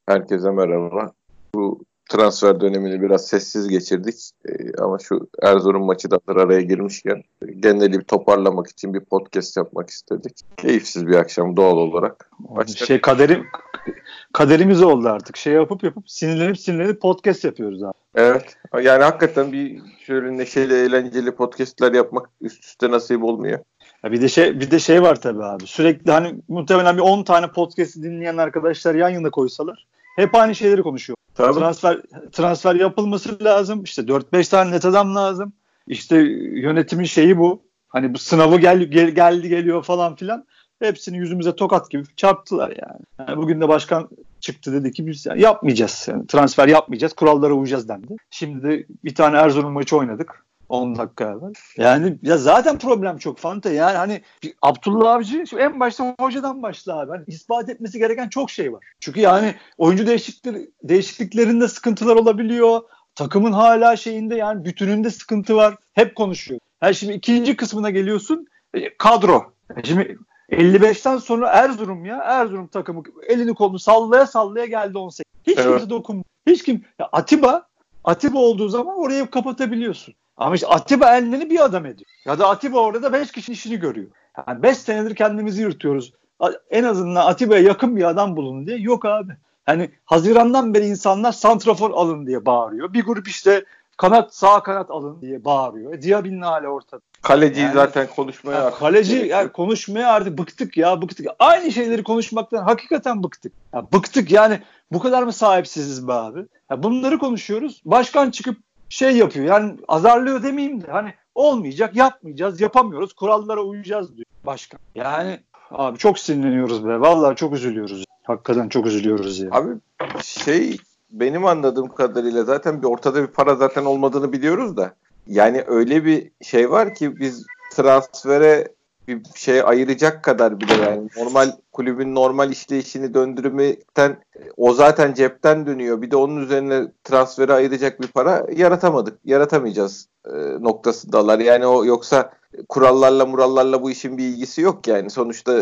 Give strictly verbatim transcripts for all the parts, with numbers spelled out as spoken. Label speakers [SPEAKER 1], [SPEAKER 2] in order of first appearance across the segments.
[SPEAKER 1] Herkese merhaba. Bu transfer dönemini biraz sessiz geçirdik. Ee, ama şu Erzurum maçı da araya girmişken geneli bir toparlamak için bir podcast yapmak istedik. Keyifsiz bir akşam doğal olarak.
[SPEAKER 2] Başka... Şey kaderim kaderimiz oldu artık. Şey yapıp yapıp sinirlenip sinirlenip podcast yapıyoruz abi.
[SPEAKER 1] Evet. Yani hakikaten bir şöyle neşeli, eğlenceli podcastler yapmak üst üste nasip olmuyor.
[SPEAKER 2] Ya bir de şey bir de şey var tabii abi. Sürekli hani muhtemelen bir on tane podcast'i dinleyen arkadaşlar yan yana koysalar hep aynı şeyleri konuşuyor. Tabii. Transfer transfer yapılması lazım. İşte dört beş tane net adam lazım. İşte yönetimin şeyi bu. Hani bu sınavı gel, gel geldi geliyor falan filan. Hepsini yüzümüze tokat gibi çarptılar yani. yani bugün de başkan çıktı dedi ki biz yani yapmayacağız. Yani transfer yapmayacağız. Kurallara uyacağız dendi. Şimdi de bir tane Erzurum maçı oynadık. on dakika evvel. Yani ya zaten problem çok Fante. Yani hani Abdullah Avcı en başta hocadan başla abi. Hani ispat etmesi gereken çok şey var. Çünkü yani oyuncu değişiklikleri, değişikliklerinde sıkıntılar olabiliyor. Takımın hala şeyinde yani bütününde sıkıntı var. Hep konuşuyor. Yani şimdi ikinci kısmına geliyorsun. Kadro. Şimdi elli beşten sonra Erzurum ya. Erzurum takımı elini kolunu sallaya sallaya geldi on sekiz. Hiç evet. Kimse dokunmuyor. Hiç kim. Ya Atiba Atiba olduğu zaman orayı kapatabiliyorsun. Ama işte Atiba elini bir adam ediyor. Ya da Atiba orada beş kişinin işini görüyor. Yani beş senedir kendimizi yırtıyoruz. En azından Atiba'ya yakın bir adam bulun diye. Yok abi. Yani Haziran'dan beri insanlar santrafor alın diye bağırıyor. Bir grup işte kanat sağ kanat alın diye bağırıyor. E, Diaby'nin hali ortada.
[SPEAKER 1] Kaleciyi
[SPEAKER 2] yani,
[SPEAKER 1] zaten konuşmaya
[SPEAKER 2] yani kaleci yani konuşmaya artık bıktık ya bıktık. Aynı şeyleri konuşmaktan hakikaten bıktık. Ya, bıktık yani bu kadar mı sahipsiziz be abi? Ya, bunları konuşuyoruz. Başkan çıkıp şey yapıyor yani azarlıyor demeyeyim de hani olmayacak yapmayacağız yapamıyoruz kurallara uyacağız diyor başkan. Yani abi çok sinirleniyoruz be vallahi çok üzülüyoruz. Hakikaten çok üzülüyoruz ya.
[SPEAKER 1] Abi şey benim anladığım kadarıyla zaten bir ortada bir para zaten olmadığını biliyoruz da yani öyle bir şey var ki biz transfere bir şey ayıracak kadar bile yani normal kulübün normal işleyişini döndürmekten o zaten cepten dönüyor. Bir de onun üzerine transfere ayıracak bir para yaratamadık. Yaratamayacağız e, noktasındalar. Yani o yoksa kurallarla murallarla bu işin bir ilgisi yok yani. Sonuçta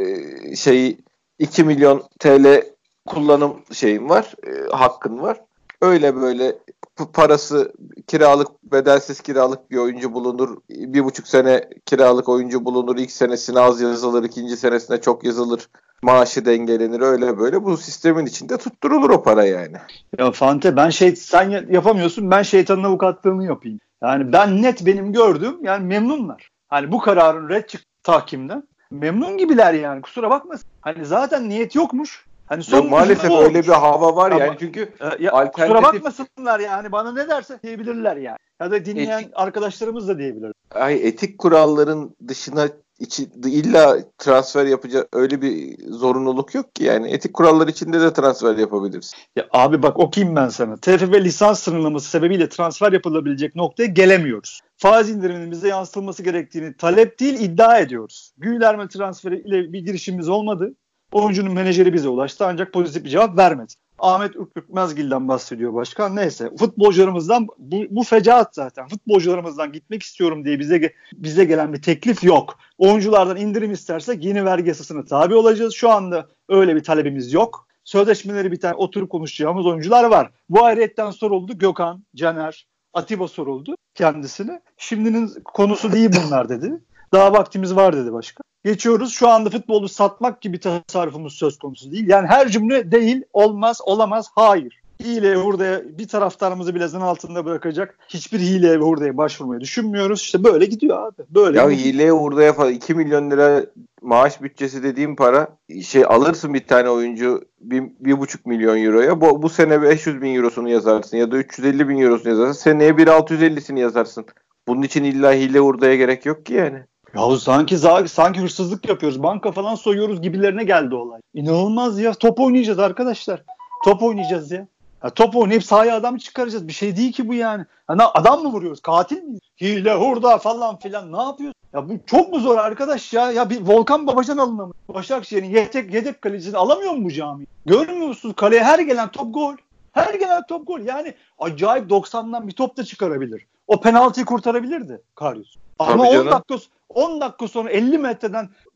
[SPEAKER 1] e, şey iki milyon T L kullanım şeyim var. E, hakkın var. Öyle böyle parası kiralık bedelsiz kiralık bir oyuncu bulunur. Bir buçuk sene kiralık oyuncu bulunur. İlk senesine az yazılır. İkinci senesine çok yazılır. Maaşı dengelenir. Öyle böyle. Bu sistemin içinde tutturulur o para yani.
[SPEAKER 2] Ya Fante ben şey sen yapamıyorsun. Ben şeytanın avukatlığını yapayım. Yani ben net benim gördüğüm yani memnunlar. Hani bu kararın red çıktı tahkimden. Memnun gibiler yani. Kusura bakmasın. Hani zaten niyet yokmuş. Hani son
[SPEAKER 1] ya maalesef öyle bir hava var ya, yani çünkü
[SPEAKER 2] ya, alternatif... Kusura bakmasınlar yani bana ne derse diyebilirler yani. Ya da dinleyen etik... arkadaşlarımız da diyebilir.
[SPEAKER 1] Ay etik kuralların dışına içi, illa transfer yapacak öyle bir zorunluluk yok ki yani etik kurallar içinde de transfer yapabiliriz.
[SPEAKER 2] Ya abi bak okuyayım ben sana. T F F lisans sınırlaması sebebiyle transfer yapılabilecek noktaya gelemiyoruz. Faiz indiriminin bize yansıtılması gerektiğini talep değil iddia ediyoruz. Gülerme transferi ile bir girişimimiz olmadı. Oyuncunun menajeri bize ulaştı ancak pozitif bir cevap vermedi. Ahmet Ürkmezgil'den bahsediyor başkan. Neyse futbolcularımızdan bu, bu fecaat zaten. Futbolcularımızdan gitmek istiyorum diye bize bize gelen bir teklif yok. Oyunculardan indirim istersek yeni vergi yasasına tabi olacağız. Şu anda öyle bir talebimiz yok. Sözleşmeleri biten oturup konuşacağımız oyuncular var. Bu ayrıyetten soruldu. Gökhan, Caner, Atiba soruldu kendisine. Şimdinin konusu değil bunlar dedi. Daha vaktimiz var dedi başkan. Geçiyoruz. Şu anda futbolu satmak gibi tasarrufumuz söz konusu değil. Yani her cümle değil, olmaz, olamaz, hayır. Hile ve hurdaya bir taraftarımızı bile zan altında bırakacak hiçbir hile ve hurdaya başvurmayı düşünmüyoruz. İşte böyle gidiyor abi. Böyle.
[SPEAKER 1] Ya hileye hurdaya falan iki milyon lira maaş bütçesi dediğim para şey alırsın bir tane oyuncu bir, bir buçuk milyon euroya. Bu, bu sene beş yüz bin eurosunu yazarsın ya da üç yüz elli bin eurosunu yazarsın. Seneye bir altı yüz ellisini yazarsın. Bunun için illa hile hurdaya gerek yok ki yani.
[SPEAKER 2] Ya sanki sanki hırsızlık yapıyoruz. Banka falan soyuyoruz gibilerine geldi olay. İnanılmaz ya. Top oynayacağız arkadaşlar. Top oynayacağız ya. Ya top oynayıp sahaya adam çıkaracağız. Bir şey değil ki bu yani. Yani adam mı vuruyoruz? Katil miyiz? Hile, hurda falan filan. Ne yapıyoruz? Ya bu çok mu zor arkadaş ya? Ya bir Volkan Babacan alınamıyor. Başakşehir'in yedek, yedek kalecisini alamıyor mu bu cami? Görmüyor musunuz? Kaleye her gelen top gol. Her gelen top gol. Yani acayip doksandan bir top da çıkarabilir. O penaltıyı kurtarabilirdi Karius. Ama on dakika on dakika sonra elli metreden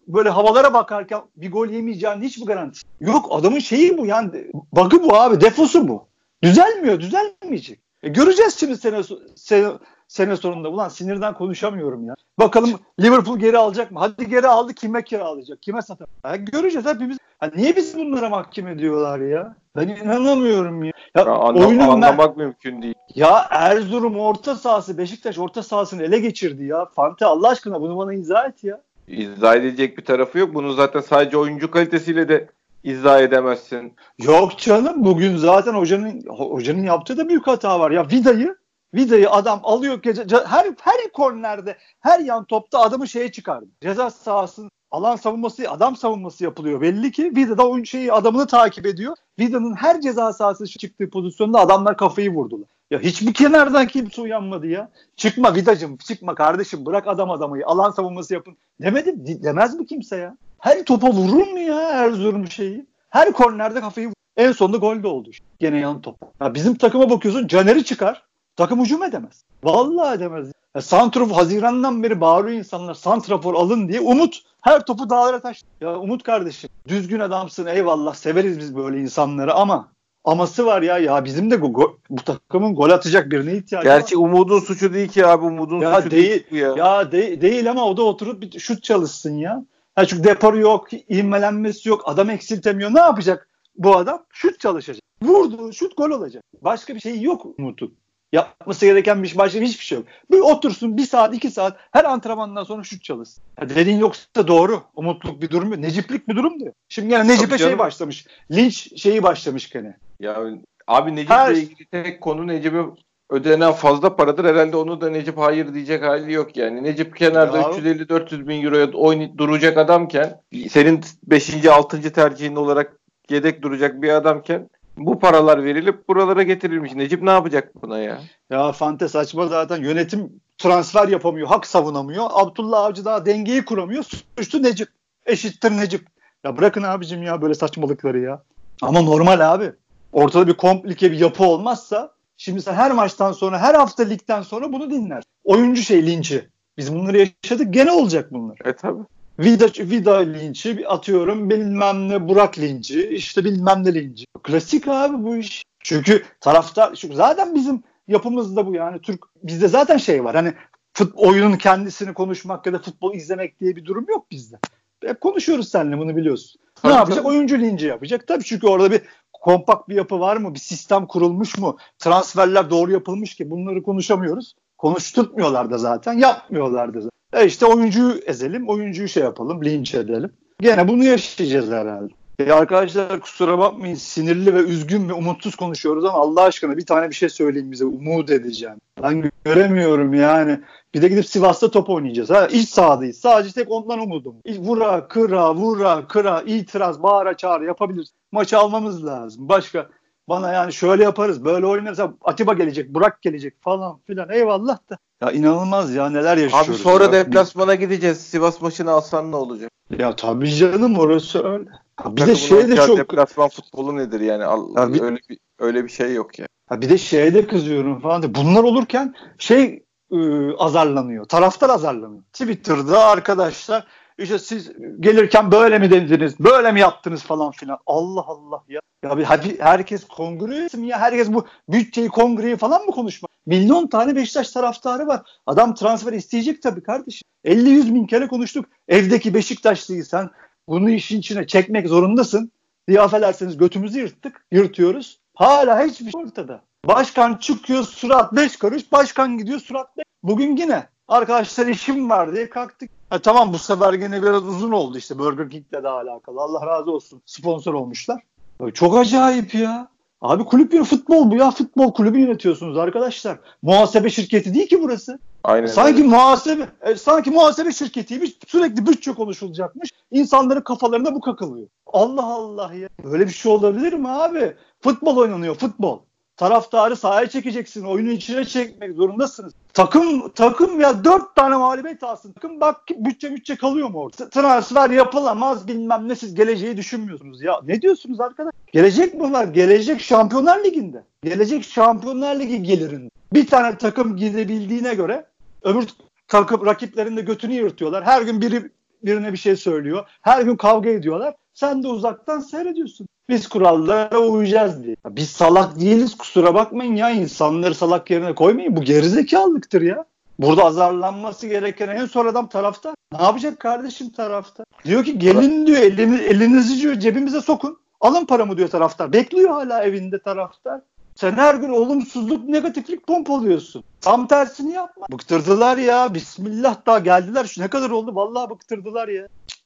[SPEAKER 2] böyle havalara bakarken bir gol yemeyeceğinin hiçbir garantisi yok. Adamın şeyi bu yani. Bug'ı bu abi. Defosu bu. Düzelmiyor. Düzelmeyecek. E göreceğiz şimdi sene, sene, sene sonunda. Ulan sinirden konuşamıyorum ya. Bakalım Liverpool geri alacak mı? Hadi geri aldı. Kime kiralayacak? Kime satar? Ya göreceğiz hepimiz. Ya niye biz bunlara mahkum ediyorlar ya? Ben inanamıyorum ya. Ya,
[SPEAKER 1] ya anlam, anlamak ben... mümkün değil.
[SPEAKER 2] Ya Erzurum orta sahası, Beşiktaş orta sahasını ele geçirdi ya. Fante Allah aşkına bunu bana izah et ya.
[SPEAKER 1] İzah edecek bir tarafı yok. Bunu zaten sadece oyuncu kalitesiyle de izah edemezsin.
[SPEAKER 2] Yok canım. Bugün zaten hocanın hocanın yaptığı da büyük hata var. Ya Vida'yı Vida'yı adam alıyor gece, her her kornerde, her yan topta adamı şeye çıkardı. Ceza sahasının alan savunması, adam savunması yapılıyor. Belli ki Vida da oyun şeyi adamını takip ediyor. Vida'nın her ceza sahası çıktığı pozisyonda adamlar kafayı vurdular. Ya hiçbir kenardan kimse uyanmadı ya. Çıkma Vida'cığım, çıkma kardeşim, bırak adam adamı, alan savunması yapın. Demedim, demez mi kimse ya? Her topa vurur mu ya Erzurum şeyi? Her kornerde kafayı vurur. En sonunda gol de oldu. Gene yan top. Ya bizim takıma bakıyorsun, Caner'i çıkar. Takım hücum edemez. Vallahi edemez. Ya Santrafor Haziran'dan beri bağırıyor insanlar. Santrafor alın diye. Umut her topu dağlara taştı. Ya Umut kardeşim, düzgün adamsın, eyvallah, severiz biz böyle insanları ama aması var ya. Ya bizim de go- bu takımın gol atacak birine ihtiyacı
[SPEAKER 1] var. Gerçi
[SPEAKER 2] var.
[SPEAKER 1] Umut'un suçu değil ki abi. Umut'un
[SPEAKER 2] ya
[SPEAKER 1] suçu
[SPEAKER 2] değil,
[SPEAKER 1] değil bu ya.
[SPEAKER 2] Ya de- değil ama o da oturup bir şut çalışsın ya. Ha çünkü deporu yok, ivmelenmesi yok, adam eksiltemiyor. Ne yapacak bu adam? Şut çalışacak. Vurdu, şut gol olacak. Başka bir şey yok Umut'un. Yapması gereken bir başka hiçbir şey yok. Bir otursun bir saat iki saat her antrenmandan sonra şut çalışsın. Ya dediğin yoksa doğru. Umutluk bir durum yok. Neciplik bir durum diyor. Şimdi yani Necip'e şey başlamış. Linç şeyi başlamış gene.
[SPEAKER 1] Ya abi Necip'le
[SPEAKER 2] her...
[SPEAKER 1] ilgili tek konu Necip'e ödenen fazla paradır. Herhalde onu da Necip hayır diyecek hali yok yani. Necip kenarda ya. üç yüz elli dört yüz bin euroya oynayıp duracak adamken, senin beşinci altıncı tercihin olarak yedek duracak bir adamken bu paralar verilip buralara getirilmiş. Necip ne yapacak buna ya?
[SPEAKER 2] Ya Fante saçma zaten. Yönetim transfer yapamıyor. Hak savunamıyor. Abdullah Avcı daha dengeyi kuramıyor. Suçlu Necip. Eşittir Necip. Ya bırakın abicim ya böyle saçmalıkları ya. Ama normal abi. Ortada bir komplike bir yapı olmazsa şimdi sen her maçtan sonra, her hafta ligden sonra bunu dinler. Oyuncu şey linci. Biz bunları yaşadık. Gene olacak bunlar.
[SPEAKER 1] E tabii.
[SPEAKER 2] Vida, Vida linci atıyorum, bilmem ne Burak linci, işte bilmem ne linci. Klasik abi bu iş. Çünkü taraftar, çünkü zaten bizim yapımızda bu yani. Türk bizde zaten şey var. Hani futbol oyunun kendisini konuşmak ya da futbol izlemek diye bir durum yok bizde. Hep konuşuyoruz seninle, bunu biliyorsun. Tabii, ne yapacak? Tabii. Oyuncu linci yapacak. Tabii çünkü orada bir kompakt bir yapı var mı? Bir sistem kurulmuş mu? Transferler doğru yapılmış ki bunları konuşamıyoruz. Konuşturtmuyorlar da zaten. Yapmıyorlar da zaten. E işte oyuncuyu ezelim, oyuncuyu şey yapalım, linç edelim. Gene bunu yaşayacağız herhalde. E arkadaşlar kusura bakmayın, sinirli ve üzgün ve umutsuz konuşuyoruz ama Allah aşkına bir tane bir şey söyleyin bize, umut edeceğim. Ben göremiyorum yani. Bir de gidip Sivas'ta top oynayacağız. Ha, iç sahadayız. Sadece tek ondan umudum. Vura, kıra, vura, kıra, itiraz, bağıra, çağıra yapabiliriz. Maçı almamız lazım. Başka bana yani şöyle yaparız, böyle oynarız. Atiba gelecek, Burak gelecek falan filan. Eyvallah da. Ya inanılmaz ya, neler yaşıyoruz.
[SPEAKER 1] Abi sonra
[SPEAKER 2] ya.
[SPEAKER 1] deplasmana gideceğiz. Sivas maçını alsan ne olacak?
[SPEAKER 2] Ya tabii canım, orası öyle.
[SPEAKER 1] Bir Takımın de şey de çok deplasman futbolu nedir yani? Al, bir... öyle bir öyle bir şey yok ya.
[SPEAKER 2] Ya bir de şeye de kızıyorum falan. Bunlar olurken şey ıı, azarlanıyor. Taraftar azarlanıyor. Twitter'da arkadaşlar işte siz gelirken böyle mi dediniz? Böyle mi yaptınız falan filan. Allah Allah ya. Ya bir, herkes kongre mi ya? Herkes bu bütçeyi, kongreyi falan mı konuşmak? Milyon tane Beşiktaş taraftarı var. Adam transfer isteyecek tabii kardeşim. elli yüz bin kere konuştuk. Evdeki Beşiktaşlıysan bunu işin içine çekmek zorundasın diye affederseniz götümüzü yırttık. Yırtıyoruz. Hala hiçbir şey ortada. Başkan çıkıyor surat beş karış. Başkan gidiyor surat beş. Bugün yine arkadaşlar işim var diye kalktık. Ha, tamam bu sefer yine biraz uzun oldu işte Burger King'le de alakalı. Allah razı olsun. Sponsor olmuşlar. Çok acayip ya. Abi kulüp yönü futbol bu ya. Futbol kulübü yönetiyorsunuz arkadaşlar. Muhasebe şirketi değil ki burası.
[SPEAKER 1] Aynen.
[SPEAKER 2] Sanki öyle. muhasebe e, sanki muhasebe şirketiymiş. Sürekli bütçe konuşulacakmış. İnsanların kafalarında bu kakılıyor. Allah Allah ya. Böyle bir şey olabilir mi abi? Futbol oynanıyor, futbol. Taraftarı sahaya çekeceksin. Oyunun içine çekmek zorundasınız. Takım takım ya dört tane mağlubiyet alsın. Takım bak bütçe bütçe kalıyor mu orada? Transfer yapılamaz bilmem ne, siz geleceği düşünmüyorsunuz. Ya ne diyorsunuz arkadaş? Gelecek mi var? Gelecek Şampiyonlar Ligi'nde. Gelecek Şampiyonlar Ligi gelirinde. Bir tane takım gidebildiğine göre öbür takım rakiplerinin de götünü yırtıyorlar. Her gün biri birine bir şey söylüyor. Her gün kavga ediyorlar. Sen de uzaktan seyrediyorsun. Biz kurallara uyacağız diye. Biz salak değiliz, kusura bakmayın ya. İnsanları salak yerine koymayın. Bu gerizekalılıktır ya. Burada azarlanması gereken en son adam taraftar. Ne yapacak kardeşim taraftar? Diyor ki gelin diyor elini, elinizi diyor cebimize sokun. Alın paramı diyor taraftar. Bekliyor hala evinde taraftar. Sen her gün olumsuzluk, negatiflik pompalıyorsun. Tam tersini yapma. Bıktırdılar ya. Bismillah daha geldiler. Şu ne kadar oldu? Vallahi bıktırdılar ya.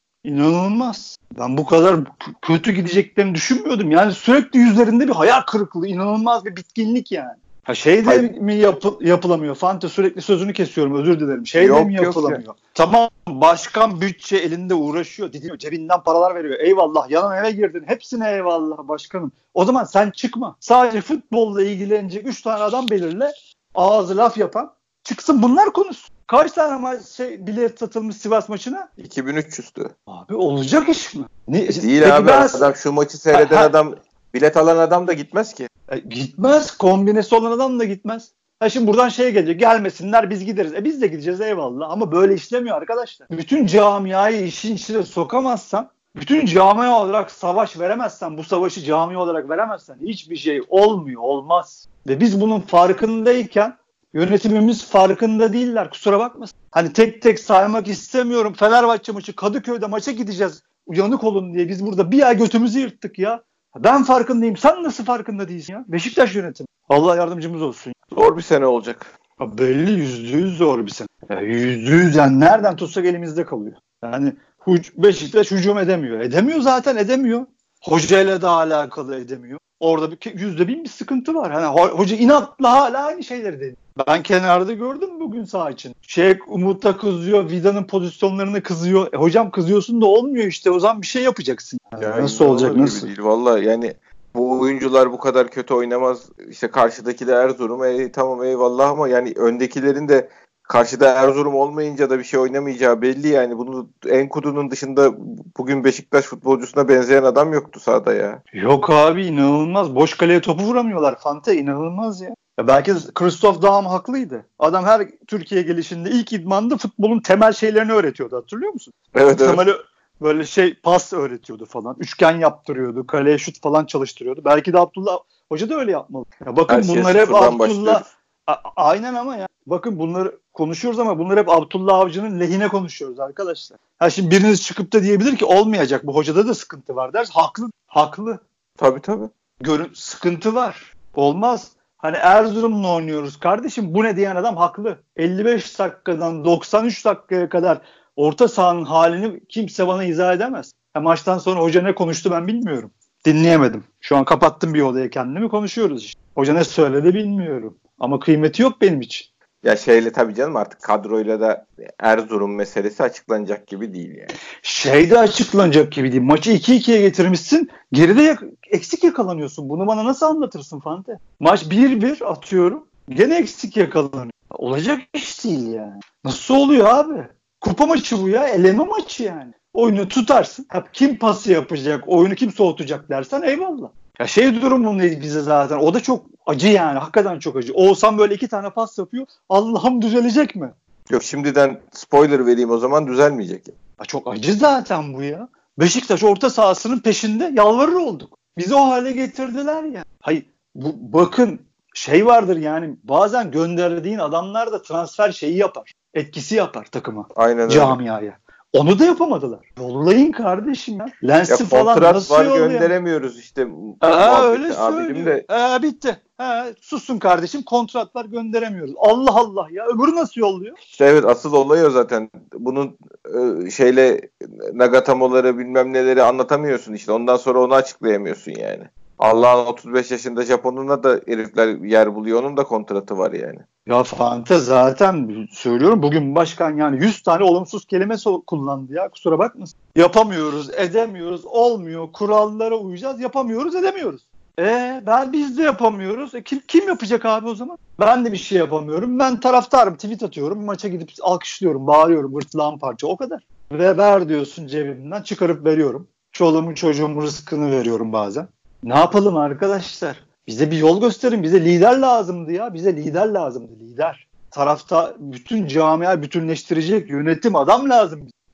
[SPEAKER 2] İnanılmaz. Ben bu kadar k- kötü gideceklerini düşünmüyordum. Yani sürekli yüzlerinde bir hayal kırıklığı, inanılmaz bir bitkinlik yani. Ha şey de Hayır. mi yapı- yapılamıyor? Fante sürekli sözünü kesiyorum, özür dilerim. Şey yok, de mi yapılamıyor? Yok. Tamam, başkan bütçe elinde uğraşıyor, didiniyor, cebinden paralar veriyor. Eyvallah, yalan eve girdin. Hepsine eyvallah başkanım. O zaman sen çıkma. Sadece futbolla ilgilenecek üç tane adam belirle. Ağzı laf yapan. Çıksın bunlar konuşsun. Kaç tane ma- şey, bilet satılmış Sivas maçına?
[SPEAKER 1] iki bin üç yüzdü.
[SPEAKER 2] Abi olacak iş mi? Ne?
[SPEAKER 1] Değil Peki abi ben... adam şu maçı seyreden ha, ha. adam, bilet alan adam da gitmez ki.
[SPEAKER 2] E, gitmez. Kombinesi olan adam da gitmez. Ha şimdi buradan şey gelecek. Gelmesinler biz gideriz. E biz de gideceğiz eyvallah. Ama böyle işlemiyor arkadaşlar. Bütün camiayı işin içine sokamazsan, bütün camia olarak savaş veremezsen, bu savaşı cami olarak veremezsen hiçbir şey olmuyor, olmaz. Ve biz bunun farkındayken yönetimimiz farkında değiller. Kusura bakmasın. Hani tek tek saymak istemiyorum. Fenerbahçe maçı, Kadıköy'de maça gideceğiz. Uyanık olun diye biz burada bir ay götümüzü yırttık ya. Ben farkındayım. Sen nasıl farkında değilsin ya? Beşiktaş yönetimi. Allah yardımcımız olsun.
[SPEAKER 1] Zor bir sene olacak.
[SPEAKER 2] Ya belli yüzde yüz zor bir sene. Ya yüzde yüz yani nereden tutsak elimizde kalıyor. Yani Beşiktaş hücum edemiyor. Edemiyor zaten edemiyor. Hocayla da alakalı edemiyor. Orada bir yüzde bin bir sıkıntı var. Hani hoca inatla hala aynı şeyleri deniyor. Ben kenarda gördüm bugün saha için. Şey Umut'a kızıyor, Vida'nın pozisyonlarına kızıyor. E, hocam kızıyorsun da olmuyor işte. O zaman bir şey yapacaksın. Yani
[SPEAKER 1] yani
[SPEAKER 2] nasıl olacak nasıl?
[SPEAKER 1] Değil. Vallahi yani bu oyuncular bu kadar kötü oynamaz. İşte karşıdaki de Erzurum. E, tamam eyvallah ama yani öndekilerin de karşıda Erzurum olmayınca da bir şey oynamayacağı belli yani. Bunu Enkudu'nun dışında bugün Beşiktaş futbolcusuna benzeyen adam yoktu sahada ya.
[SPEAKER 2] Yok abi inanılmaz. Boş kaleye topu vuramıyorlar. Fante inanılmaz ya. Ya belki Christoph Daum haklıydı. Adam her Türkiye gelişinde ilk idmanda futbolun temel şeylerini öğretiyordu. Hatırlıyor musun?
[SPEAKER 1] Evet, evet.
[SPEAKER 2] Temeli böyle şey pas öğretiyordu falan. Üçgen yaptırıyordu. Kaleye şut falan çalıştırıyordu. Belki de Abdullah Hoca da öyle yapmalı. Ya bakın her bunlar hep Abdullah A- aynen ama ya. Bakın bunları konuşuyoruz ama bunlar hep Abdullah Avcı'nın lehine konuşuyoruz arkadaşlar. Ha şimdi biriniz çıkıp da diyebilir ki olmayacak. Bu hocada da sıkıntı var ders. Haklı. Haklı.
[SPEAKER 1] Tabii tabii.
[SPEAKER 2] Görün sıkıntı var. Olmaz. Hani Erzurum'la oynuyoruz kardeşim. Bu ne diyen adam haklı. elli beş dakikadan doksan üç dakikaya kadar orta sahanın halini kimse bana izah edemez. Ha, maçtan sonra hoca ne konuştu ben bilmiyorum. Dinleyemedim. Şu an kapattım bir odaya kendimi konuşuyoruz işte. Hoca ne söyledi bilmiyorum. Ama kıymeti yok benim için.
[SPEAKER 1] Ya şeyle tabii canım artık kadroyla da Erzurum meselesi açıklanacak gibi değil yani.
[SPEAKER 2] Şey de açıklanacak gibi değil. Maçı iki ikiye getirmişsin. Geride yak- eksik yakalanıyorsun. Bunu bana nasıl anlatırsın Fante? Maç bir bir atıyorum. Gene eksik yakalanıyor. Olacak iş değil yani. Nasıl oluyor abi? Kupa maçı bu ya. Eleme maçı yani. Oyunu tutarsın. Kim pası yapacak, oyunu kim soğutacak dersen eyvallah. Ya şey durumundayız bize zaten. O da çok acı yani. Hakikaten çok acı. Oğuzhan böyle iki tane pas yapıyor. Allah'ım düzelecek mi?
[SPEAKER 1] Yok şimdiden spoiler vereyim o zaman düzelmeyecek.
[SPEAKER 2] Ya çok acı zaten bu ya. Beşiktaş orta sahasının peşinde yalvarır olduk. Bizi o hale getirdiler ya. Hayır bu, bakın şey vardır yani bazen gönderdiğin adamlar da transfer şeyi yapar. Etkisi yapar takıma.
[SPEAKER 1] Aynen
[SPEAKER 2] camiaya. Öyle. Onu da yapamadılar. Yollayın kardeşim ya. Lensi
[SPEAKER 1] ya
[SPEAKER 2] falan nasıl
[SPEAKER 1] var
[SPEAKER 2] yollayın?
[SPEAKER 1] Gönderemiyoruz işte.
[SPEAKER 2] Aa, öyle söylüyor. De... Aa, bitti. Ha, sussun kardeşim kontratlar gönderemiyoruz. Allah Allah ya öbürü nasıl yolluyor?
[SPEAKER 1] İşte evet asıl oluyor zaten. Bunun e, şeyle Nagatamo'ları bilmem neleri anlatamıyorsun işte. Ondan sonra onu açıklayamıyorsun yani. Allah'ın otuz beş yaşında Japon'una da herifler yer buluyor. Onun da kontratı var yani.
[SPEAKER 2] Ya Fante zaten söylüyorum bugün başkan yani yüz tane olumsuz kelime so- kullandı ya kusura bakmasın. Yapamıyoruz, edemiyoruz, olmuyor, kurallara uyacağız, yapamıyoruz, edemiyoruz. E ben biz de yapamıyoruz. E, kim, kim yapacak abi o zaman? Ben de bir şey yapamıyorum. Ben taraftarım, tweet atıyorum, maça gidip alkışlıyorum, bağırıyorum, gırtlağım parça o kadar. Ve ver diyorsun cebimden çıkarıp veriyorum. Çoluğumun çocuğumun rızkını veriyorum bazen. Ne yapalım arkadaşlar? Bize bir yol gösterin. Bize lider lazımdı ya. Bize lider lazımdı. Lider. Tarafta bütün camia bütünleştirecek yönetim adam lazım.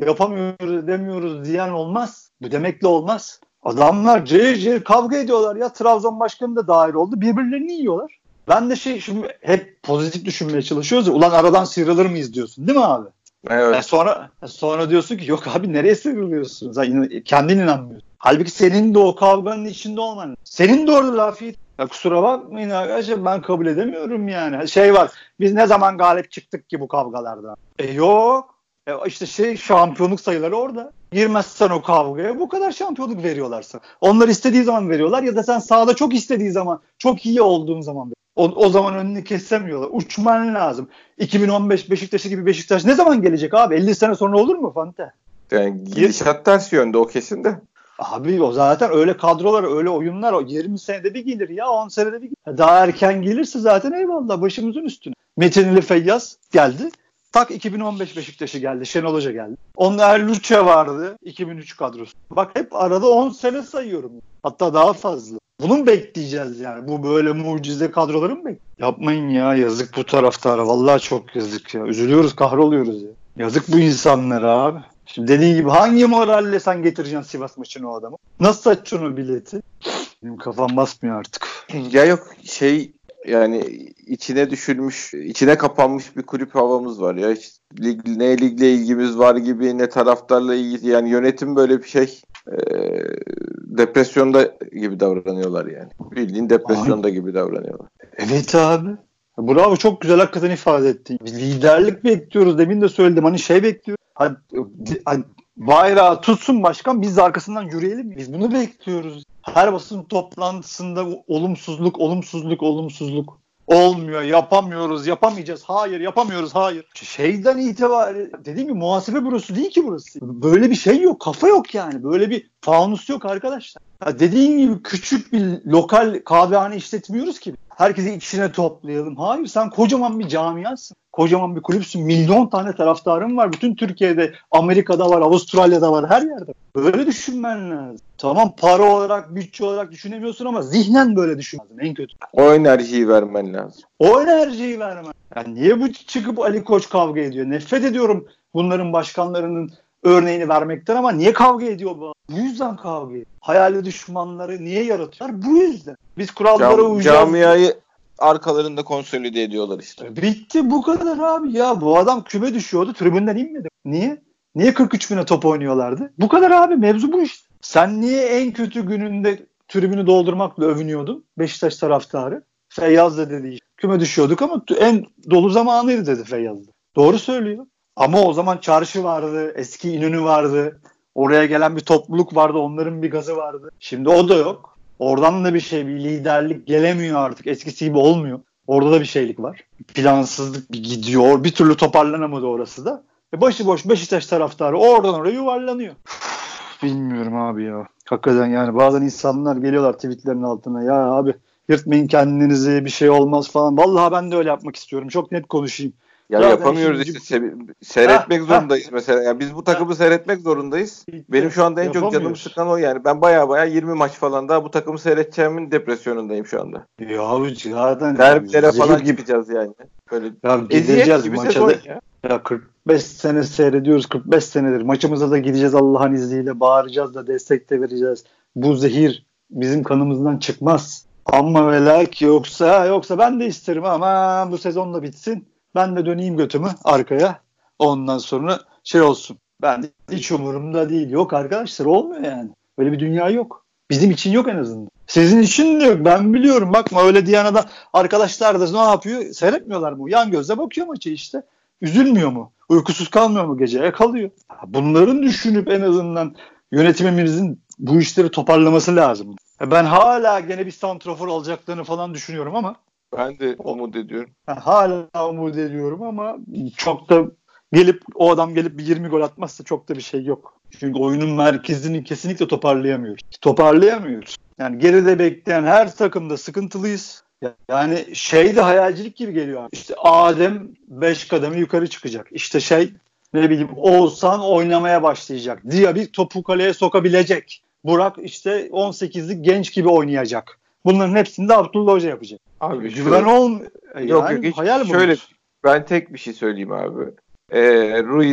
[SPEAKER 2] yapamıyoruz, demiyoruz diyen olmaz. Bu demekle olmaz. Adamlar cayır cayır kavga ediyorlar ya. Trabzon başkanı da dahil oldu. Birbirlerini yiyorlar. Ben de şey şimdi hep pozitif düşünmeye çalışıyoruz ya. Ulan aradan sıyrılır mıyız diyorsun değil mi abi?
[SPEAKER 1] Evet.
[SPEAKER 2] E sonra sonra diyorsun ki yok abi nereye sıyrılıyorsun? Sen kendin inanmıyorsun. Halbuki senin de o kavganın içinde olman lazım. Senin de orada lafiyet. Ya kusura bakmayın arkadaşlar ben kabul edemiyorum yani. Şey var biz ne zaman galip çıktık ki bu kavgalarda? E yok. E işte şey şampiyonluk sayıları orada. Girmezsen o kavgaya bu kadar şampiyonluk veriyorlarsa. Onlar istediği zaman veriyorlar ya da sen sahada çok istediği zaman, çok iyi olduğun zaman veriyorlar. O, o zaman önünü kesemiyorlar. Uçman lazım. iki bin on beş Beşiktaş'ı gibi Beşiktaş ne zaman gelecek abi? elli sene sonra olur mu Fante?
[SPEAKER 1] Yani gidişat ters yönde o kesin de.
[SPEAKER 2] Abi o zaten öyle kadrolar, öyle oyunlar o yirmi senede bir gelir ya on senede bir gelir. Daha erken gelirse zaten eyvallah başımızın üstüne. Metinli Feyyaz geldi. Tak iki bin on beş Beşiktaş'ı geldi. Şenol Hoca geldi. Onlar Lucha vardı. iki bin üç kadrosu. Bak hep arada on sene sayıyorum. Hatta daha fazla. Bunu mu bekleyeceğiz yani? Bu böyle mucize kadroları mı bekleyeceğiz? Yapmayın ya yazık bu taraftara. Vallahi çok yazık ya. Üzülüyoruz kahroluyoruz ya. Yazık bu insanlara abi. Şimdi dediğin gibi hangi moralle sen getireceksin Sivas maçını o adamı? Nasıl açacaksın o bileti? Benim kafam basmıyor artık.
[SPEAKER 1] Ya yok şey yani içine düşülmüş, içine kapanmış bir kulüp havamız var ya. İşte lig, ne ligle ilgimiz var gibi ne taraftarla ilgili yani yönetim böyle bir şey e, depresyonda gibi davranıyorlar yani. Bildiğin depresyonda abi. gibi davranıyorlar.
[SPEAKER 2] Evet abi. Bravo çok güzel hakikaten ifade ettin. Biz liderlik bekliyoruz demin de söyledim hani şey bekliyoruz. Hani, hani bayrağı tutsun başkan biz de arkasından yürüyelim. Biz bunu bekliyoruz. Her basın toplantısında olumsuzluk, olumsuzluk, olumsuzluk. Olmuyor, yapamıyoruz, yapamayacağız. Hayır, yapamıyoruz, hayır. Şeyden itibaren dediğim gibi muhasebe bürosu değil ki burası. Böyle bir şey yok, kafa yok yani. Böyle bir fanus yok arkadaşlar. Ya dediğin gibi küçük bir lokal kahvehane işletmiyoruz ki. Herkesi içine toplayalım. Hayır, sen kocaman bir camiasın. Kocaman bir kulüpsün. Milyon tane taraftarın var. Bütün Türkiye'de, Amerika'da var, Avustralya'da var, her yerde. Böyle düşünmen lazım. Tamam para olarak, bütçe olarak düşünemiyorsun ama zihnen böyle düşünmezsin en kötü.
[SPEAKER 1] O enerjiyi vermen lazım.
[SPEAKER 2] O enerjiyi vermen. Yani niye bu çıkıp Ali Koç kavga ediyor? Nefret ediyorum bunların başkanlarının örneğini vermekten ama niye kavga ediyor bu? Bu yüzden kavga ediyor. Hayali düşmanları niye yaratıyorlar? Bu yüzden. Biz kurallara
[SPEAKER 1] Cam,
[SPEAKER 2] uyacağız.
[SPEAKER 1] Camiayı arkalarında konsolide ediyorlar işte.
[SPEAKER 2] Bitti bu kadar abi ya. Bu adam küme düşüyordu. Tribünden inmedi. Niye? Niye kırk üç bine top oynuyorlardı? Bu kadar abi. Mevzu bu işte. Sen niye en kötü gününde tribünü doldurmakla övünüyordun? Beşiktaş taraftarı. Feyyaz da dedi. Küme düşüyorduk ama en dolu zamanıydı dedi Feyyaz da. Doğru söylüyor. Ama o zaman çarşı vardı. Eski İnönü vardı. Oraya gelen bir topluluk vardı. Onların bir gazı vardı. Şimdi o da yok. Oradan da bir şey, bir liderlik gelemiyor artık. Eskisi gibi olmuyor. Orada da bir şeylik var. Plansızlık bir gidiyor. Bir türlü toparlanamadı orası da. E başıboş Beşiktaş taraftarı oradan oraya yuvarlanıyor. Bilmiyorum abi ya. Hakikaten yani bazen insanlar geliyorlar tweetlerin altına. Ya abi yırtmayın kendinizi bir şey olmaz falan. Vallahi ben de öyle yapmak istiyorum. Çok net konuşayım.
[SPEAKER 1] Ya zaten yapamıyoruz şimdi... işte. Se- seyretmek ha, zorundayız ha. mesela. Yani biz bu takımı ha. seyretmek zorundayız. Benim şu anda en çok canımı sıkan o yani. Ben baya baya yirmi maç falan daha bu takımı seyredeceğimin depresyonundayım şu anda.
[SPEAKER 2] Ya abi zaten
[SPEAKER 1] derbilere falan gibi. Çıkacağız yani. Böyle
[SPEAKER 2] ya gideceğiz maça da. Ya. ya kırk beş sene seyrediyoruz. kırk beş senedir. Maçımıza da gideceğiz Allah'ın izniyle. Bağıracağız da destek de vereceğiz. Bu zehir bizim kanımızdan çıkmaz. Ama ve lakin yoksa yoksa ben de isterim ama bu sezon da bitsin. Ben de döneyim götümü arkaya. Ondan sonra şey olsun. Ben de hiç umurumda değil. Yok arkadaşlar olmuyor yani. Öyle bir dünya yok. Bizim için yok en azından. Sizin için de yok. Ben biliyorum. Bakma öyle diyen adam arkadaşlar da ne yapıyor? Seyretmiyorlar mı? Yan gözle bakıyor maçı işte. Üzülmüyor mu? Uykusuz kalmıyor mu geceye? Kalıyor. Bunların düşünüp en azından yönetimimizin bu işleri toparlaması lazım. Ben hala gene bir santrafor alacaklarını falan düşünüyorum ama
[SPEAKER 1] ben de umut ediyorum.
[SPEAKER 2] Hala umut ediyorum ama çok da gelip o adam gelip bir yirmi gol atmazsa çok da bir şey yok. Çünkü oyunun merkezini kesinlikle toparlayamıyoruz. Toparlayamıyoruz. Yani geride bekleyen her takımda sıkıntılıyız. Yani şey de hayalcilik gibi geliyor. İşte Adem beş kademe yukarı çıkacak. İşte şey ne bileyim Oğuzhan oynamaya başlayacak. Diye bir topu kaleye sokabilecek. Burak işte on sekizlik genç gibi oynayacak. Bunların hepsini de Abdullah Hoca yapacak.
[SPEAKER 1] Abi
[SPEAKER 2] güven olmuyor.
[SPEAKER 1] Yok yani, yok hiç. Hayal şöyle ben tek bir şey söyleyeyim abi. Ee, Ruiz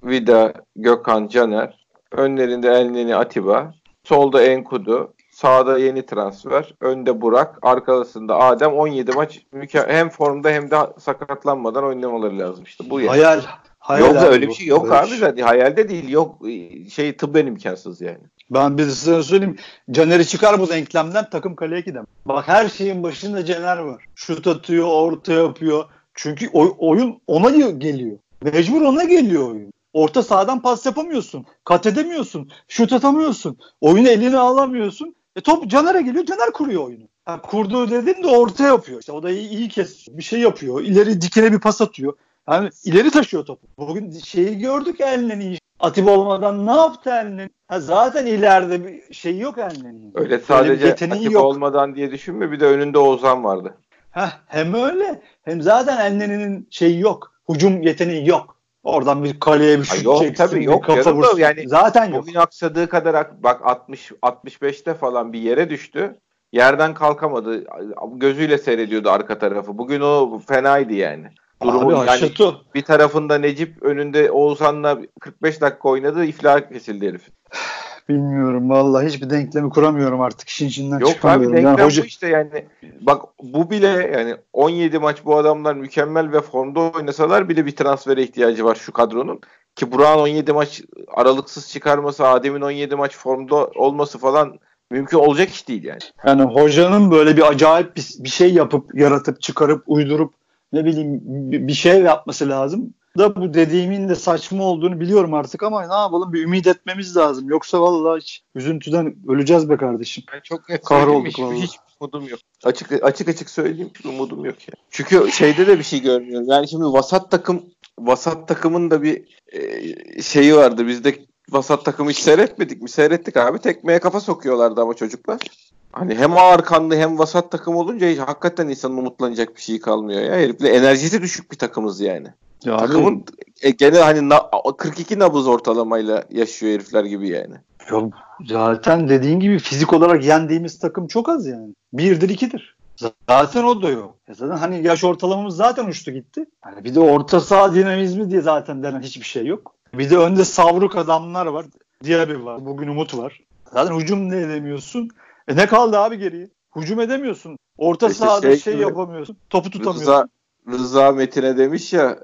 [SPEAKER 1] Vida, Gökhan, Caner. Önlerinde Elneny, Atiba. Solda Enkudu. Sağda yeni transfer. Önde Burak. Arkasında Adem. on yedi maç müke- hem formda hem de sakatlanmadan oynamaları lazım işte. Bu yani.
[SPEAKER 2] Hayal. Hayal
[SPEAKER 1] yok da öyle bir şey yok
[SPEAKER 2] öyle
[SPEAKER 1] abi
[SPEAKER 2] şey.
[SPEAKER 1] zaten. Hayalde değil. Yok şey tıbben imkansız yani.
[SPEAKER 2] Ben bir size söyleyeyim. Caner'i çıkar bu denklemden takım kaleye gidemez. Bak her şeyin başında Caner var. Şut atıyor, orta yapıyor. Çünkü oy- oyun ona geliyor. Mecbur ona geliyor oyun. Orta sahadan pas yapamıyorsun. Kat edemiyorsun. Şut atamıyorsun. Oyunu eline alamıyorsun. E top Caner'e geliyor. Caner kuruyor oyunu. Ha, kurduğu dedim de orta yapıyor. İşte o da iyi, iyi kesiyor. Bir şey yapıyor. İleri dikine bir pas atıyor. Yani ileri taşıyor topu. Bugün şeyi gördük Elneny'yi. Atiba olmadan ne yaptı Elneny? Ha zaten ileride bir şey yok Elneny'nin.
[SPEAKER 1] Öyle sadece Atiba yok. Olmadan diye düşünme. Bir de önünde Ozan vardı.
[SPEAKER 2] Heh, hem öyle hem zaten Elneny'nin şeyi yok. Hücum yeteneği yok. Oradan bir kaleye bir şut
[SPEAKER 1] yok,
[SPEAKER 2] çeksin,
[SPEAKER 1] tabii, yok,
[SPEAKER 2] bir kafa vursun.
[SPEAKER 1] Yani
[SPEAKER 2] zaten yok.
[SPEAKER 1] Bugün aksadığı kadar bak altmış altmış beşte falan bir yere düştü. Yerden kalkamadı. Gözüyle seyrediyordu arka tarafı. Bugün o fenaydı yani. Durumu
[SPEAKER 2] Abi,
[SPEAKER 1] yani bir tarafında Necip, önünde Oğuzhan'la kırk beş dakika oynadı. İflah kesildi herif.
[SPEAKER 2] Bilmiyorum vallahi hiçbir denklemi kuramıyorum artık işin içinden
[SPEAKER 1] Yok
[SPEAKER 2] çıkamıyorum.
[SPEAKER 1] Yok abi denklem
[SPEAKER 2] yani hoca...
[SPEAKER 1] bu işte yani. Bak bu bile yani on yedi maç bu adamlar mükemmel ve formda oynasalar bile bir transfere ihtiyacı var şu kadronun. Ki Burak'ın on yedi maç aralıksız çıkarması, Adem'in on yedi maç formda olması falan mümkün olacak iş değil yani.
[SPEAKER 2] Yani hocanın böyle bir acayip bir, bir şey yapıp, yaratıp, çıkarıp, uydurup ne bileyim bir şey yapması lazım. Da bu dediğimin de saçma olduğunu biliyorum artık ama ne yapalım bir ümit etmemiz lazım. Yoksa vallahi hiç üzüntüden öleceğiz be kardeşim.
[SPEAKER 1] Ben çok net
[SPEAKER 2] Kahrolduk
[SPEAKER 1] hiç,
[SPEAKER 2] vallahi.
[SPEAKER 1] Hiç umudum yok. Açık açık açık söyleyeyim hiç umudum yok yani. Çünkü şeyde de bir şey görmüyorum. Yani şimdi vasat takım vasat takımın da bir e, şeyi vardı. Bizde vasat takımı hiç seyretmedik mi? Seyrettik abi. Tekmeye kafa sokuyorlardı ama çocuklar. Hani hem ağır kanlı hem vasat takım olunca hiç, hakikaten insanın umutlanacak bir şey kalmıyor ya. Herifle enerjisi düşük bir takımız yani. Ya takımın abi, e, gene hani na, kırk iki nabız ortalamayla yaşıyor herifler gibi yani.
[SPEAKER 2] Ya, zaten dediğin gibi fizik olarak yendiğimiz takım çok az yani. Birdir ikidir. Zaten o da yok. Ya zaten hani yaş ortalamamız zaten uçtu gitti. Hani bir de orta saha dinamizmi diye zaten denen hiçbir şey yok. Bir de önde savruk adamlar var. Diaby var. Bugün Umut var. Zaten hücum ne edemiyorsun? E ne kaldı abi geriye? Hücum edemiyorsun. Orta işte sahada şey, şey yapamıyorsun. Topu tutamıyorsun.
[SPEAKER 1] Rıza, Rıza Metin'e demiş ya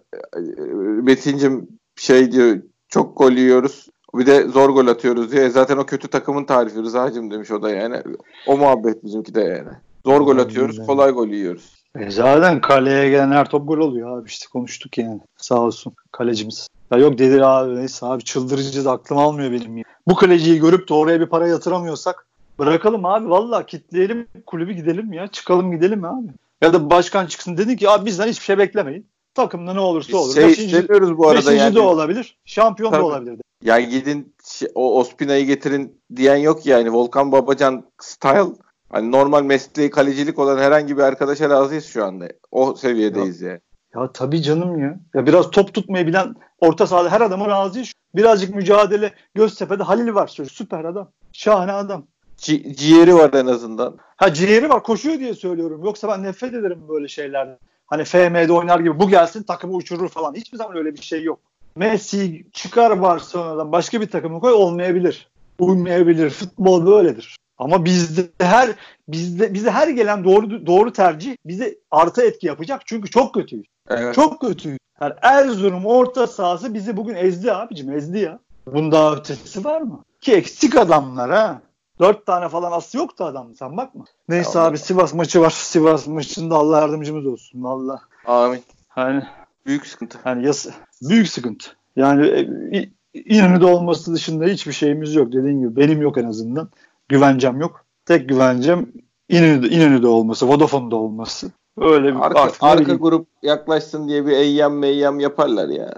[SPEAKER 1] Metin'cim şey diyor çok gol yiyoruz. Bir de zor gol atıyoruz diye. Zaten o kötü takımın tarifi Rıza'cığım demiş o da yani. O muhabbet bizimki de yani. Zor gol atıyoruz, kolay gol yiyoruz.
[SPEAKER 2] E zaten kaleye gelen her top gol oluyor abi işte konuştuk yani. Sağ olsun kalecimiz. Ya yok dedir abi neyse abi çıldırıcı da aklım almıyor benim ya. Bu kaleciyi görüp de oraya bir para yatıramıyorsak bırakalım abi vallahi kitleyelim kulübü gidelim ya. Çıkalım gidelim abi. Ya da başkan çıksın dedi ki abi bizden hiçbir şey beklemeyin. Takımda ne olursa olur.
[SPEAKER 1] Şey beşinci, istemiyoruz bu arada
[SPEAKER 2] beşinci
[SPEAKER 1] yani.
[SPEAKER 2] de olabilir. Şampiyon
[SPEAKER 1] Tabii.
[SPEAKER 2] da olabilir.
[SPEAKER 1] Yani gidin o Ospina'yı getirin diyen yok yani. Volkan Babacan style. Hani normal mesleği kalecilik olan herhangi bir arkadaşa razıyız şu anda. O seviyedeyiz ya. yani.
[SPEAKER 2] Ya tabii canım ya. Ya biraz top tutmayı bilen orta sahada her adama razıyız. Birazcık mücadele Göztepe'de Halil var. Süper adam. Şahane adam.
[SPEAKER 1] Ci- ciğeri var en azından.
[SPEAKER 2] Ha ciğeri var koşuyor diye söylüyorum. Yoksa ben nefret ederim böyle şeylerden. Hani F M'de oynar gibi bu gelsin takımı uçurur falan. Hiçbir zaman öyle bir şey yok. Messi çıkar Barcelona'dan başka bir takımı koy olmayabilir. Uymayabilir. Futbol böyledir. Ama bizde her bizde bize her gelen doğru doğru tercih bize artı etki yapacak. Çünkü çok kötüyüz.
[SPEAKER 1] Evet.
[SPEAKER 2] Çok kötüyüz. Yani Erzurum orta sahası bizi bugün ezdi abicim ezdi ya. Bunda ötesi var mı? Ki eksik adamlar ha. Dört tane falan aslı yoktu adam sen bakma. Neyse ya abi Sivas maçı var. Sivas maçında Allah yardımcımız olsun valla.
[SPEAKER 1] Amin.
[SPEAKER 2] Hani
[SPEAKER 1] büyük sıkıntı.
[SPEAKER 2] Hani yas büyük sıkıntı. Yani İnönü'de olması dışında hiçbir şeyimiz yok dediğin gibi. Benim yok en azından. Güvencem yok. Tek güvencem İnönü'de, İnönü'de olması, Vodafone'da olması. Öyle bir
[SPEAKER 1] arka, arka grup yaklaşsın diye bir eyyam meyyam yaparlar ya.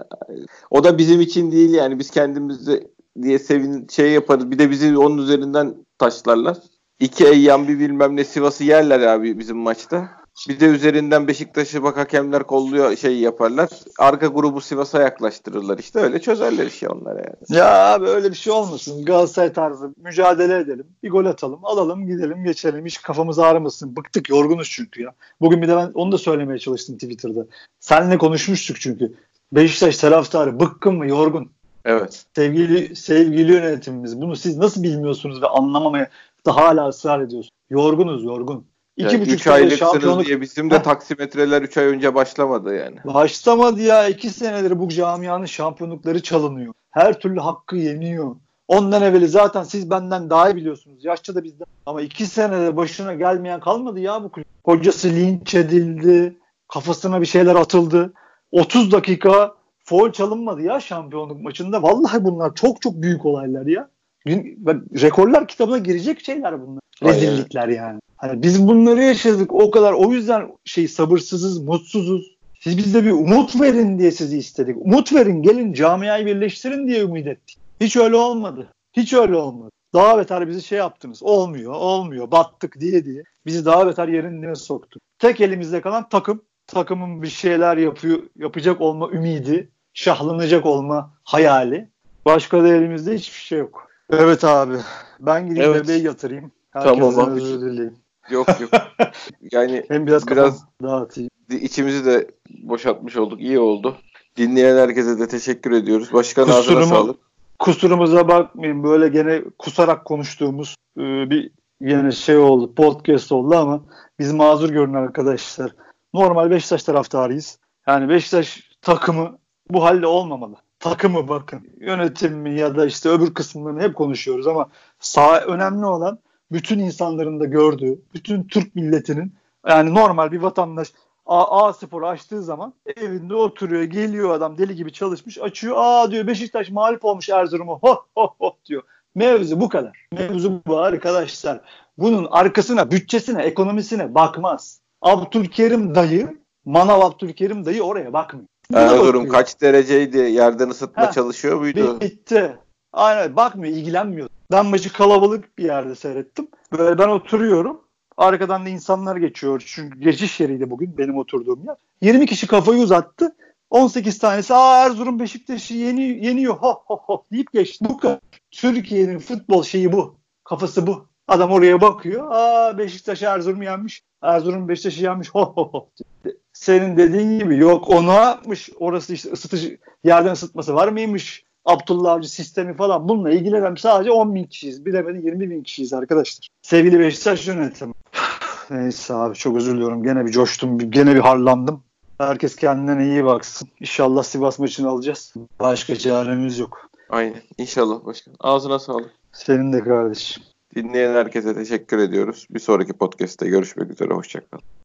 [SPEAKER 1] O da bizim için değil yani biz kendimizi diye sevin şey yaparız. Bir de bizi onun üzerinden taşlarlar. İki eyyam bir bilmem ne Sivas'ı yerler abi bizim maçta. Bir de üzerinden Beşiktaş'ı bak hakemler kolluyor şey yaparlar. Arka grubu Sivas'a yaklaştırırlar. İşte öyle çözerler işi onlara yani.
[SPEAKER 2] Ya abi öyle bir şey olmasın. Galatasaray tarzı mücadele edelim. Bir gol atalım. Alalım gidelim geçelim. Hiç kafamız ağrımasın. Bıktık yorgunuz çünkü ya. Bugün bir de ben onu da söylemeye çalıştım Twitter'da. Seninle konuşmuştuk çünkü. Beşiktaş taraftarı bıkkın mı yorgun.
[SPEAKER 1] Evet.
[SPEAKER 2] Sevgili sevgili yönetimimiz, bunu siz nasıl bilmiyorsunuz ve anlamamaya da hala ısrar ediyorsunuz? Yorgunuz, yorgun.
[SPEAKER 1] İki yani buçuk sene şampiyonluk diye bizim de taksimetreler üç ay önce başlamadı yani.
[SPEAKER 2] Başlamadı ya. iki senedir bu camianın şampiyonlukları çalınıyor. Her türlü hakkı yeniyor. Ondan evveli zaten siz benden daha iyi biliyorsunuz. Yaşça da bizden. Ama iki senede başına gelmeyen kalmadı ya bu kulüp. Hocası linç edildi. Kafasına bir şeyler atıldı. otuz dakika faul çalınmadı ya şampiyonluk maçında. Vallahi bunlar çok çok büyük olaylar ya. Rekorlar kitabına girecek şeyler bunlar. Rezillikler yani. Hani biz bunları yaşadık o kadar. O yüzden şey sabırsızız, mutsuzuz. Siz bize bir umut verin diye sizi istedik. Umut verin, gelin camiayı birleştirin diye ümit ettik. Hiç öyle olmadı. Hiç öyle olmadı. Daha beter bizi şey yaptınız. Olmuyor, olmuyor, battık diye diye. Bizi daha beter yerin dibine soktu. Tek elimizde kalan takım. Takımın bir şeyler yapıyor, yapacak olma ümidi, şahlanacak olma hayali. Başka da elimizde hiçbir şey yok. Evet abi. Ben gideyim evet. Bebeği yatırayım. Herkesten tamam, özür dileyim.
[SPEAKER 1] Yok yok. Yani
[SPEAKER 2] hem biraz,
[SPEAKER 1] biraz
[SPEAKER 2] dağıtayım.
[SPEAKER 1] İçimizi de boşaltmış olduk. İyi oldu. Dinleyen herkese de teşekkür ediyoruz. Başkan ağzına sağlık.
[SPEAKER 2] Kusurumuza bakmayın. Böyle gene kusarak konuştuğumuz e, bir yine şey oldu. Podcast oldu ama biz mazur görün arkadaşlar. Normal Beşiktaş taraftarıyız. Yani Beşiktaş takımı bu halde olmamalı. Takımı bakın. Yönetimi ya da işte öbür kısımlarını hep konuşuyoruz ama sağ önemli olan bütün insanların da gördüğü, bütün Türk milletinin yani normal bir vatandaş A, A Spor'u açtığı zaman evinde oturuyor, geliyor adam deli gibi çalışmış, açıyor. Aa diyor Beşiktaş mağlup olmuş Erzurum'a. Ho ho ho diyor. Mevzu bu kadar. Mevzu bu arkadaşlar. Bunun arkasına, bütçesine, ekonomisine bakmaz. Abdülkerim dayı, Manav Abdülkerim dayı oraya bakmıyor.
[SPEAKER 1] Erzurum kaç dereceydi? Yerden ısıtma Heh, çalışıyor muydu?
[SPEAKER 2] Bitti. Aynen bakmıyor, ilgilenmiyor. Ben maçı kalabalık bir yerde seyrettim. Böyle ben oturuyorum. Arkadan da insanlar geçiyor. Çünkü geçiş yeriydi bugün benim oturduğum yer. yirmi kişi kafayı uzattı. on sekiz tanesi aa Erzurum Beşiktaş'ı yeni, yeniyor ho ho ho deyip geçti. Bu kadar. Türkiye'nin futbol şeyi bu. Kafası bu. Adam oraya bakıyor. Aa Beşiktaş Erzurum'u yenmiş. Erzurum Beşiktaş'ı yenmiş. Ho ho ho. Senin dediğin gibi yok o ne yapmış? Orası işte ısıtıcı yerden ısıtması var mıymış? Abdullah Avcı sistemi falan bununla ilgilenen sadece on bin kişiyiz. Bilemedin yirmi bin kişiyiz arkadaşlar. Sevgili Beşiktaş yönetimi. Neyse abi çok özür diliyorum. Gene bir coştum. Gene bir harlandım. Herkes kendine iyi baksın. İnşallah Sivas maçını alacağız. Başka çaremiz yok.
[SPEAKER 1] Aynen. İnşallah başkan. Ağzına sağlık.
[SPEAKER 2] Senin de kardeşim.
[SPEAKER 1] Dinleyen herkese teşekkür ediyoruz. Bir sonraki podcast'te görüşmek üzere. Hoşçakalın.